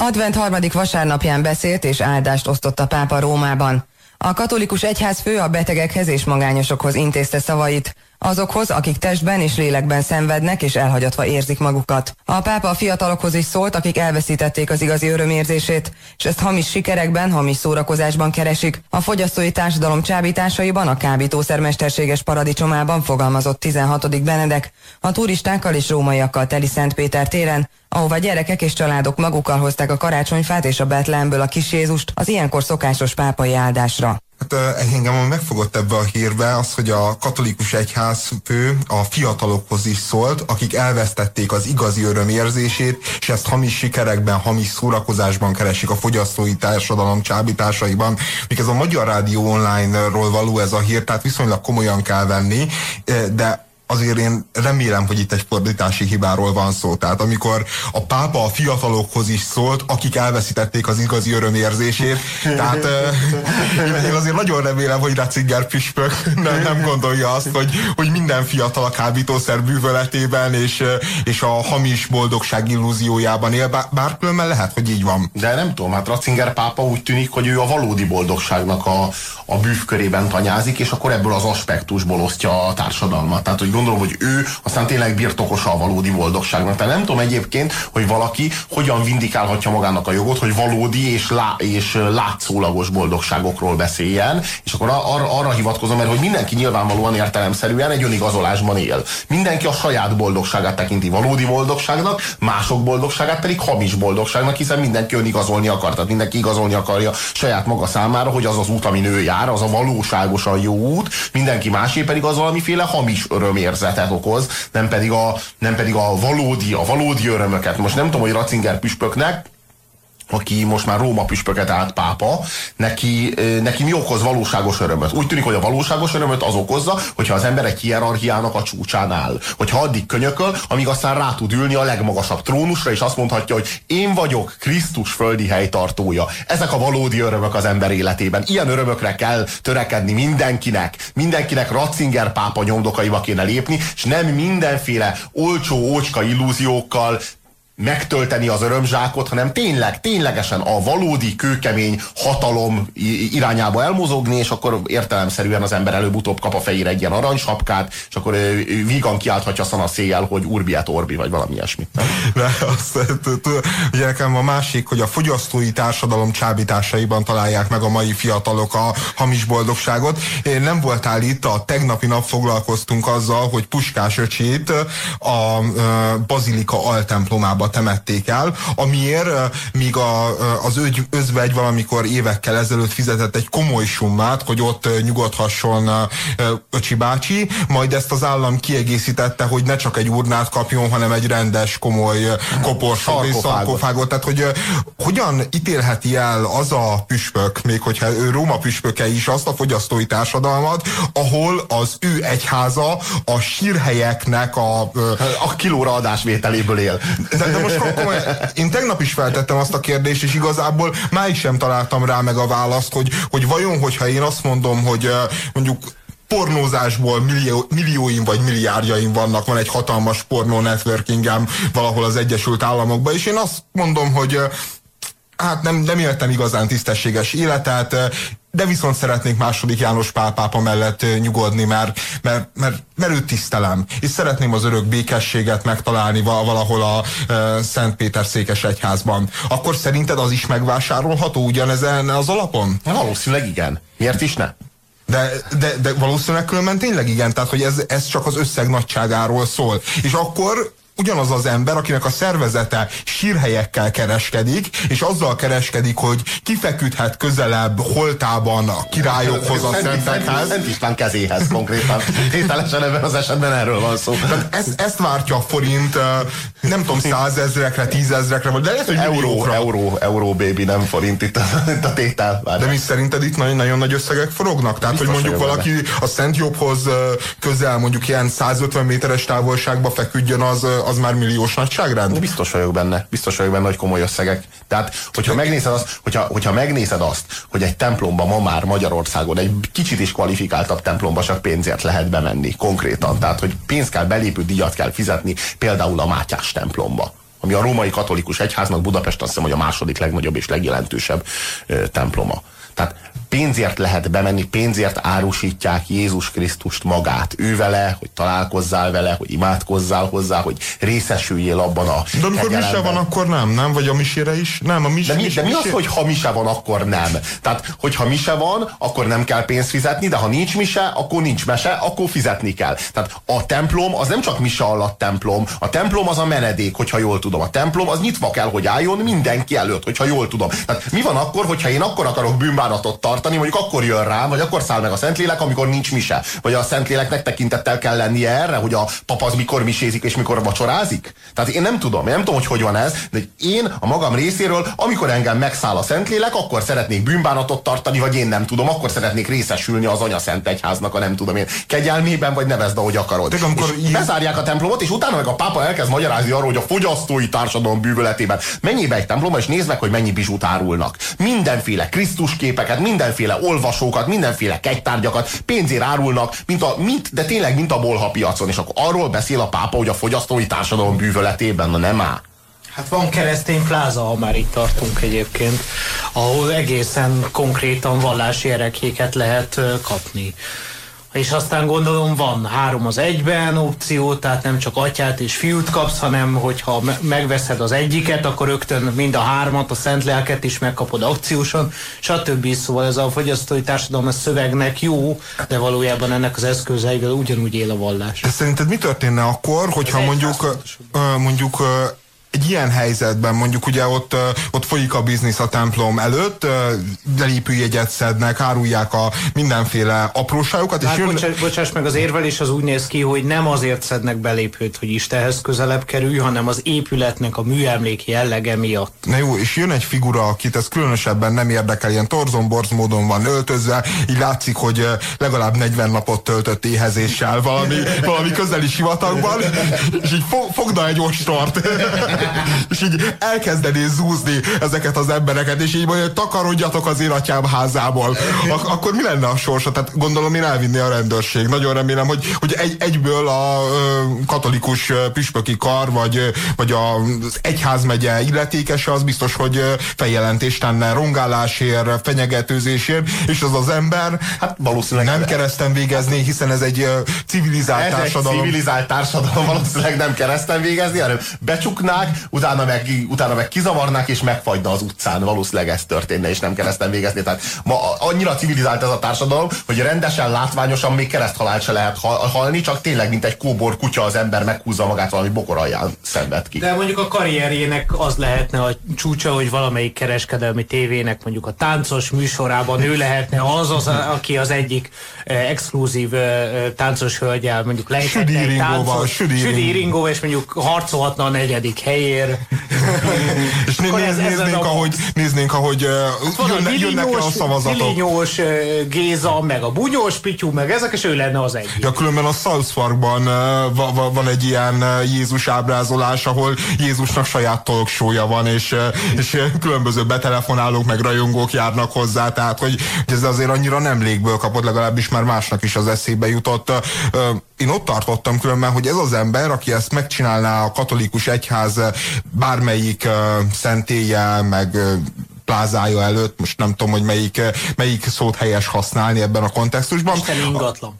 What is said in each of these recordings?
Advent harmadik vasárnapján beszélt és áldást osztott a pápa Rómában. A katolikus egyházfő a betegekhez és magányosokhoz intézte szavait, azokhoz, akik testben és lélekben szenvednek és elhagyatva érzik magukat. A pápa a fiatalokhoz is szólt, akik elveszítették az igazi örömérzését, és ezt hamis sikerekben, hamis szórakozásban keresik. A fogyasztói társadalom csábításaiban, a kábítószer mesterséges paradicsomában fogalmazott 16. Benedek, a turistákkal és rómaiakkal teli Szentpéter téren, ahova gyerekek és családok magukkal hozták a karácsonyfát és a Betlehemből a kis Jézust az ilyenkor szokásos pápai áldásra. Hát engem megfogott ebbe a hírbe az, hogy a katolikus egyházfő a fiatalokhoz is szólt, akik elvesztették az igazi örömérzését, és ezt hamis sikerekben, hamis szórakozásban keresik a fogyasztói társadalom csábításaiban. Míg ez a Magyar Rádió Online-ról való ez a hír, tehát viszonylag komolyan kell venni, de azért én remélem, hogy itt egy fordítási hibáról van szó. Tehát amikor a pápa a fiatalokhoz is szólt, akik elveszítették az igazi örömérzését, tehát én azért nagyon remélem, hogy Ratzinger püspök nem gondolja azt, hogy minden fiatal a kábítószer bűvöletében és a hamis boldogság illúziójában él, bár különben lehet, hogy így van. De nem tudom, hát Ratzinger pápa úgy tűnik, hogy ő a valódi boldogságnak a bűvkörében tanyázik, és akkor ebből az aspektusból osztja a társadalmat. Tehát, hogy gondolom, hogy ő aztán tényleg birtokosa a valódi boldogságnak. Tehát nem tudom egyébként, hogy valaki hogyan vindikálhatja magának a jogot, hogy valódi és látszólagos boldogságokról beszéljen, és akkor arra hivatkozom, mert hogy mindenki nyilvánvalóan értelemszerűen egy önigazolásban él. Mindenki a saját boldogságát tekinti valódi boldogságnak, mások boldogságát pedig hamis boldogságnak, hiszen mindenki önigazolni akar. Tehát mindenki igazolni akarja saját maga számára, hogy az az út, amin ő jár, az a valóságosan jó út, mindenki másé pedig az valamiféle hamis örömérzetet okoz, nem pedig a valódi örömöket. Most nem tudom, hogy Ratzinger püspöknek, aki most már Róma püspöket állt pápa, neki mi okoz valóságos örömöt? Úgy tűnik, hogy a valóságos örömöt az okozza, hogyha az ember egy hierarchiának a csúcsán áll. Hogyha addig könyököl, amíg aztán rá tud ülni a legmagasabb trónusra, és azt mondhatja, hogy én vagyok Krisztus földi helytartója. Ezek a valódi örömök az ember életében. Ilyen örömökre kell törekedni mindenkinek. Mindenkinek Ratzinger pápa nyomdokaiba kéne lépni, és nem mindenféle olcsó ócska illúziókkal megtölteni az örömzsákot, hanem ténylegesen a valódi kőkemény hatalom irányába elmozogni, és akkor értelemszerűen az ember előbb-utóbb kap a fejére egy ilyen aranysapkát, és akkor vígan kiálthatja szanaszéjjel, hogy urbi et orbi, vagy valami ilyesmit. De ugye nekem a másik, hogy a fogyasztói társadalom csábításaiban találják meg a mai fiatalok a hamis boldogságot. Nem voltál itt, a tegnapi nap foglalkoztunk azzal, hogy Puskás öcsét a Bazilika altemplomába temették el, amiért míg az özvegy valamikor évekkel ezelőtt fizetett egy komoly summát, hogy ott nyugodhasson öcsi bácsi, majd ezt az állam kiegészítette, hogy ne csak egy urnát kapjon, hanem egy rendes, komoly koporsot és szarkofágot. Tehát, hogy hogyan ítélheti el az a püspök, még hogyha ő Róma püspöke is, azt a fogyasztói társadalmat, ahol az ő egyháza a sírhelyeknek a kilóra adásvételéből él. De most én tegnap is feltettem azt a kérdést, és igazából máig sem találtam rá meg a választ, hogy vajon, hogyha én azt mondom, hogy mondjuk pornózásból millióim vagy milliárdjaim vannak, van egy hatalmas pornó networkingem valahol az Egyesült Államokban, és én azt mondom, hogy hát nem éltem igazán tisztességes életet, de viszont szeretnék II. János Pál pápa mellett nyugodni, mert őt tisztelem. És szeretném az örök békességet megtalálni valahol a Szentpéter-székesegyházban. Akkor szerinted az is megvásárolható ugyanezen az alapon? Valószínűleg igen. Miért is ne? De valószínűleg különben tényleg igen, tehát hogy ez csak az összeg nagyságáról szól. És akkor ugyanaz az ember, akinek a szervezete sírhelyekkel kereskedik, és azzal kereskedik, hogy kifeküdhet közelebb holtában a királyokhoz, a szentekhez. Szent István kezéhez konkrétan. Tételesen ebben az esetben erről van szó. Ezt vártja a forint, nem tudom, 100 000-ekre, 10 000-ekre, de lehet, hogy euró baby, nem forint itt a tétel. De mi szerinted itt nagyon nagy összegek forognak? Tehát, biztos, hogy mondjuk valaki a Szent Jobbhoz közel, mondjuk ilyen 150 méteres távolságba feküdjön, az már milliós nagyságrend? Biztos vagyok benne, hogy komoly összegek. Tehát, hogyha megnézed azt, hogy egy templomba ma már Magyarországon, egy kicsit is kvalifikáltabb templomba csak pénzért lehet bemenni, konkrétan. Tehát, hogy pénzt kell, belépő díjat kell fizetni, például a Mátyás templomba. ami a római katolikus egyháznak Budapest azt hiszem, hogy a második legnagyobb és legjelentősebb temploma. Tehát pénzért lehet bemenni, pénzért árusítják Jézus Krisztust magát. Ő vele, hogy találkozzál vele, hogy imádkozzál hozzá, hogy részesüljél abban a De amikor mise van, akkor nem? Vagy a misére is? Nem, a de mi az, hogy ha mise van, akkor nem? Tehát, hogyha mise van, akkor nem kell pénzt fizetni, de ha nincs mise, akkor nincs mese, akkor fizetni kell. Tehát a templom az nem csak mise alatt templom, a templom az a menedék, hogyha jól tudom. A templom az nyitva kell, hogy álljon mindenki előtt, hogyha jól tudom. Tehát mi van akkor, hogyha én akkor akarok bűnbánatot tartani, mondjuk akkor jön rám, vagy akkor száll meg a Szentlélek, amikor nincs mise. Vagy a Szentléleknek tekintettel kell lennie erre, hogy a papa az mikor misézik és mikor vacsorázik. Tehát én nem tudom, hogy van ez, de én a magam részéről, amikor engem megszáll a Szentlélek, akkor szeretnék bűnbánatot tartani, vagy én nem tudom, akkor szeretnék részesülni az Anya Szent Egyháznak, a nem tudom én kegyelmében, vagy nevezd, ahogy akarod. Bezárják a templomot, és utána meg a pápa elkezd magyarázni arról, hogy a fogyasztói társadalom bűvöletében mennyibe egy templomba, és nézd meg, hogy mennyi bizsút árulnak. Mindenféle Krisztus képeket, mindenféle olvasókat, mindenféle kegytárgyakat pénzért árulnak, de tényleg mint a bolha piacon. És akkor arról beszél a pápa, hogy a fogyasztói társadalom bűvöletében, na nem áll. Hát van keresztény pláza, ha már itt tartunk egyébként, ahol egészen konkrétan vallási ereklyéket lehet kapni. És aztán gondolom van 3 az 1-ben opció, tehát nem csak atyát és fiút kapsz, hanem hogyha megveszed az egyiket, akkor rögtön mind a 3-at, a Szent Lelket is megkapod akciósan, stb. Szóval ez a fogyasztói társadalom szövegnek jó, de valójában ennek az eszközeivel ugyanúgy él a vallás. De szerinted mi történne akkor, hogyha mondjuk egy ilyen helyzetben, mondjuk ugye ott folyik a biznisz a templom előtt, belépőjegyet szednek, árulják a mindenféle apróságokat, és bocsáss meg, az érvelés az úgy néz ki, hogy nem azért szednek belépőt, hogy Istenhez közelebb kerülj, hanem az épületnek a műemléki jellege miatt. Na jó, és jön egy figura, akit ez különösebben nem érdekel, ilyen torzomborz módon van öltözve, így látszik, hogy legalább 40 napot töltött éhezéssel valami közeli sivatagban, és így fogna egy ostort. És így elkezdené zúzni ezeket az embereket, és így mondja, hogy takarodjatok az én atyám házából. Akkor mi lenne a sorsa? Tehát gondolom én elvinné a rendőrség. Nagyon remélem, hogy egyből a katolikus püspöki kar, vagy az egyházmegye illetékese, az biztos, hogy feljelentést tenne rongálásért, fenyegetőzésért, és az ember hát valószínűleg nem kereszten végezné, hiszen ez egy civilizált társadalom. Egy civilizált társadalom valószínűleg nem kereszten végezni, hanem becsuknák, utána meg kizavarnák, és megfagyna az utcán. Valószínűleg ez történne, és nem kereszten végezni. Tehát ma annyira civilizált ez a társadalom, hogy rendesen, látványosan még kereszthalált se lehet halni, csak tényleg, mint egy kóbor kutya az ember meghúzza magát valami bokor alján szenved ki. De mondjuk a karrierjének az lehetne a csúcsa, hogy valamelyik kereskedelmi tévének mondjuk a táncos műsorában ő lehetne az aki az egyik exkluzív táncos hölgyel mondjuk lehetne egy táncos Südi Ringóval, és mondjuk harcolhatna a 4. helyér. És néznénk, ahogy jönnek le a szavazatok. Vilinyós Géza, meg a Bunyós Pityu, meg ezek, és ő lenne az egyik. Ja, különben a South Parkban van egy ilyen Jézus ábrázolás, ahol Jézusnak saját talk show-ja van, és különböző betelefonálók, meg rajongók járnak hozzá, tehát hogy ez azért annyira nem légből kapott, legalábbis már másnak is az eszébe jutott. Én ott tartottam különben, hogy ez az ember, aki ezt megcsinálná a katolikus egyház bármelyik szentélye, meg plázája előtt, most nem tudom, hogy melyik szót helyes használni ebben a kontextusban. Isteni ingatlan.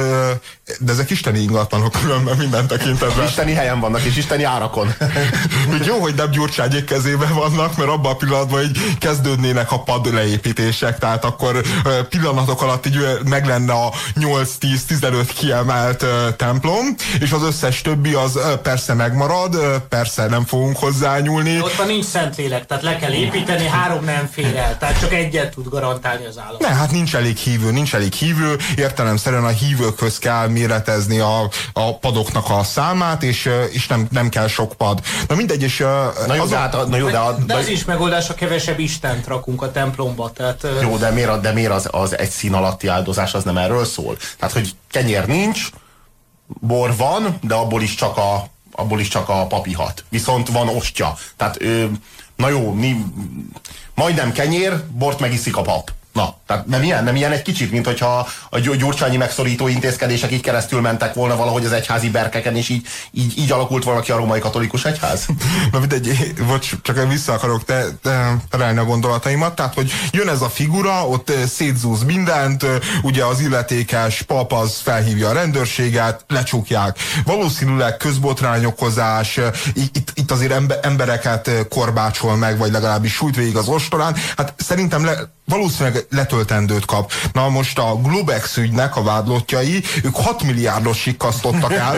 De ezek isteni ingatlanok különben minden tekintetben. Isteni helyen vannak, és isteni árakon. Úgy jó, hogy nem Gyurcságyék kezében vannak, mert abban a pillanatban így kezdődnének a pad leépítések, tehát akkor pillanatok alatt így meg lenne a 8-10-15 kiemelt templom, és az összes többi az persze megmarad, persze nem fogunk hozzányúlni. Ott van nincs Szentlélek, tehát le kell építeni, 3 nem fér el, tehát csak egyet tud garantálni az állam. Ne, hát nincs elég hívő, értelemszerűen a hívőkhöz kell méretezni a padoknak a számát, és nem kell sok pad. Na mindegy, és... De az is megoldás, a kevesebb Istent rakunk a templomba, tehát... Jó, de miért az egy szín alatti áldozás, az nem erről szól? Tehát, hogy kenyér nincs, bor van, de abból is csak a pap ihat. Viszont van ostya. Tehát, na jó, majdnem kenyér, bort megiszik a pap. Na, Tehát nem ilyen egy kicsit, mint hogyha a gyurcsányi megszorító intézkedések így keresztül mentek volna valahogy az egyházi berkeken, és így alakult volna ki a római katolikus egyház? Na mindegy, csak vissza akarok terelni a gondolataimat, tehát hogy jön ez a figura, ott szétzúz mindent, ugye az illetékes pap az felhívja a rendőrséget, lecsukják. Valószínűleg közbotrányokozás, itt azért embereket korbácsol meg, vagy legalábbis sújt végig az ostorán. Hát szerintem valószínűleg letöltendőt kap. Na most a Globex ügynek a vádlottjai, ők 6 milliárdos sikkasztottak el,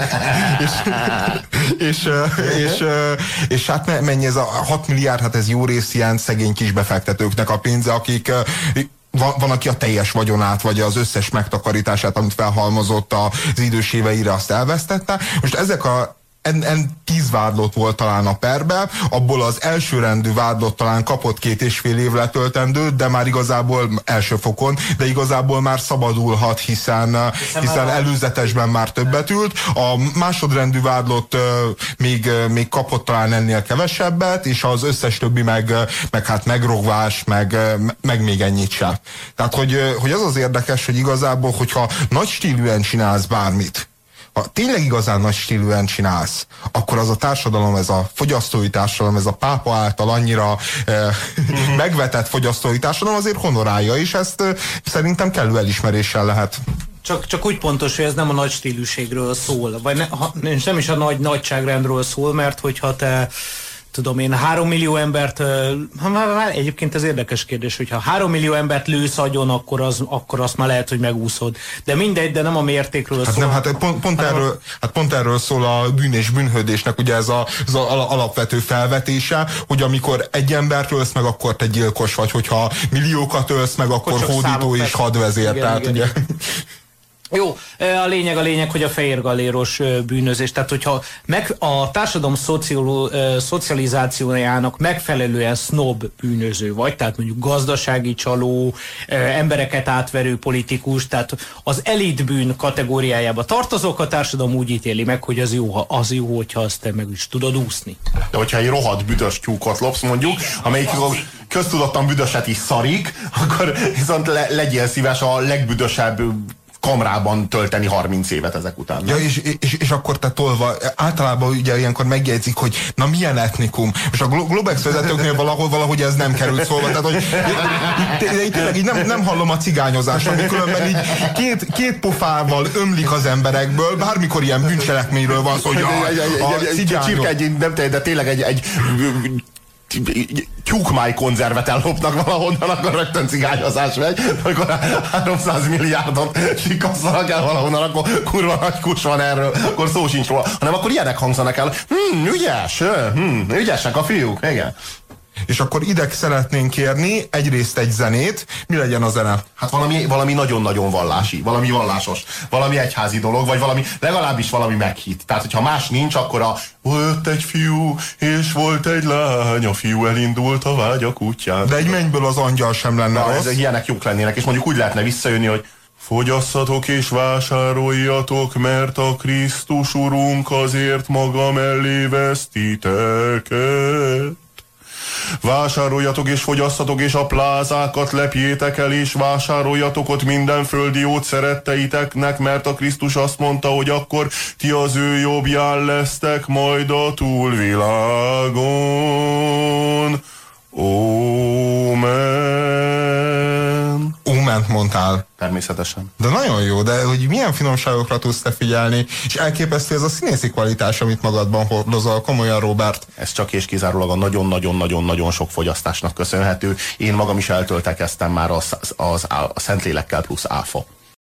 és hát mennyi ez a 6 milliárd, hát ez jó rész ilyen szegény kis befektetőknek a pénze, akik van, aki a teljes vagyonát, vagy az összes megtakarítását, amit felhalmozott az idős éveire, azt elvesztette. Most ezek 10 vádlott volt talán a perbe, abból az elsőrendű vádlott talán kapott 2,5 év letöltendőt, de már igazából első fokon, de igazából már szabadulhat, hiszen előzetesben már többet ült. A másodrendű vádlott még kapott talán ennél kevesebbet, és az összes többi meg hát megrogvás, meg még ennyit se. Tehát, hogy az az érdekes, hogy igazából, hogyha nagy stílűen csinálsz bármit, ha tényleg igazán nagy stílűen csinálsz, akkor az a társadalom, ez a fogyasztói társadalom, ez a pápa által annyira megvetett fogyasztói társadalom azért honorálja, és ezt szerintem kellő elismeréssel lehet. Csak úgy pontos, hogy ez nem a nagy stílűségről szól, vagy nem is a nagy nagyságrendről szól, mert hogyha te tudom én, 3 millió embert, egyébként ez érdekes kérdés, hogyha 3 millió embert lősz agyon, akkor azt már lehet, hogy megúszod. De mindegy, de nem a mértékről szól. Pont erről szól a bűn és bűnhődésnek, ugye ez az alapvető felvetése, hogy amikor egy embert ölsz meg, akkor te gyilkos vagy, hogyha milliókat ölsz meg, akkor hódító és hadvezér. Igen, tehát igen. Ugye... Jó, a lényeg, hogy a fehérgalléros bűnözés, tehát hogyha a társadalom szocializációjának megfelelően sznob bűnöző vagy, tehát mondjuk gazdasági csaló, embereket átverő politikus, tehát az elitbűn kategóriájába tartozok, a társadalom úgy ítéli meg, hogy az jó, hogyha azt te meg is tudod úszni. De hogyha egy rohadt büdös tyúkot lopsz mondjuk, amelyik köztudottan büdöset is szarik, akkor viszont legyél szíves a legbüdösebb kamrában tölteni 30 évet ezek után. Ja, és akkor te tolva, általában ugye ilyenkor megjegyzik, hogy na milyen etnikum. És a Globex vezetőknél valahogy ez nem került szólva. Tehát, hogy tényleg így nem hallom a cigányozást, ami különben így két pofával ömlik az emberekből, bármikor ilyen bűncselekményről van szó, hogy a cigányok. De tényleg egy tyúkmáj konzervet ellopnak valahonnan, akkor rögtön cigányozás megy, akkor 300 milliárdot sikasztanak el valahonnan, akkor kurva nagy kus van erről, akkor szó sincs róla, hanem akkor ilyenek hangzanak el, ügyesek a fiúk, igen. És akkor ide szeretnénk kérni egyrészt egy zenét. Mi legyen a zene? Hát valami nagyon-nagyon vallási, valami vallásos, valami egyházi dolog, vagy legalábbis valami meghitt. Tehát, hogyha más nincs, akkor volt egy fiú, és volt egy lány, a fiú elindult a vágyak útján. De egy mennyből az angyal sem lenne rossz. Ilyenek jók lennének, és mondjuk úgy lehetne visszajönni, hogy fogyasszatok és vásároljatok, mert a Krisztus Urunk azért maga mellé vesz titeket. Vásároljatok és fogyasszatok, és a plázákat lepjétek el, és vásároljatok ott minden földi jót szeretteiteknek, mert a Krisztus azt mondta, hogy akkor ti az ő jobbján lesztek majd a túlvilágon. Ómen. Óment mondtál. Természetesen. De nagyon jó, de hogy milyen finomságokra tudsz te figyelni, és elképesztő ez a színészi kvalitás, amit magadban hordozol, komolyan, Robert. Ez csak és kizárólag a nagyon-nagyon-nagyon-nagyon sok fogyasztásnak köszönhető. Én magam is eltöltekeztem már a Szentlélekkel plusz áfa.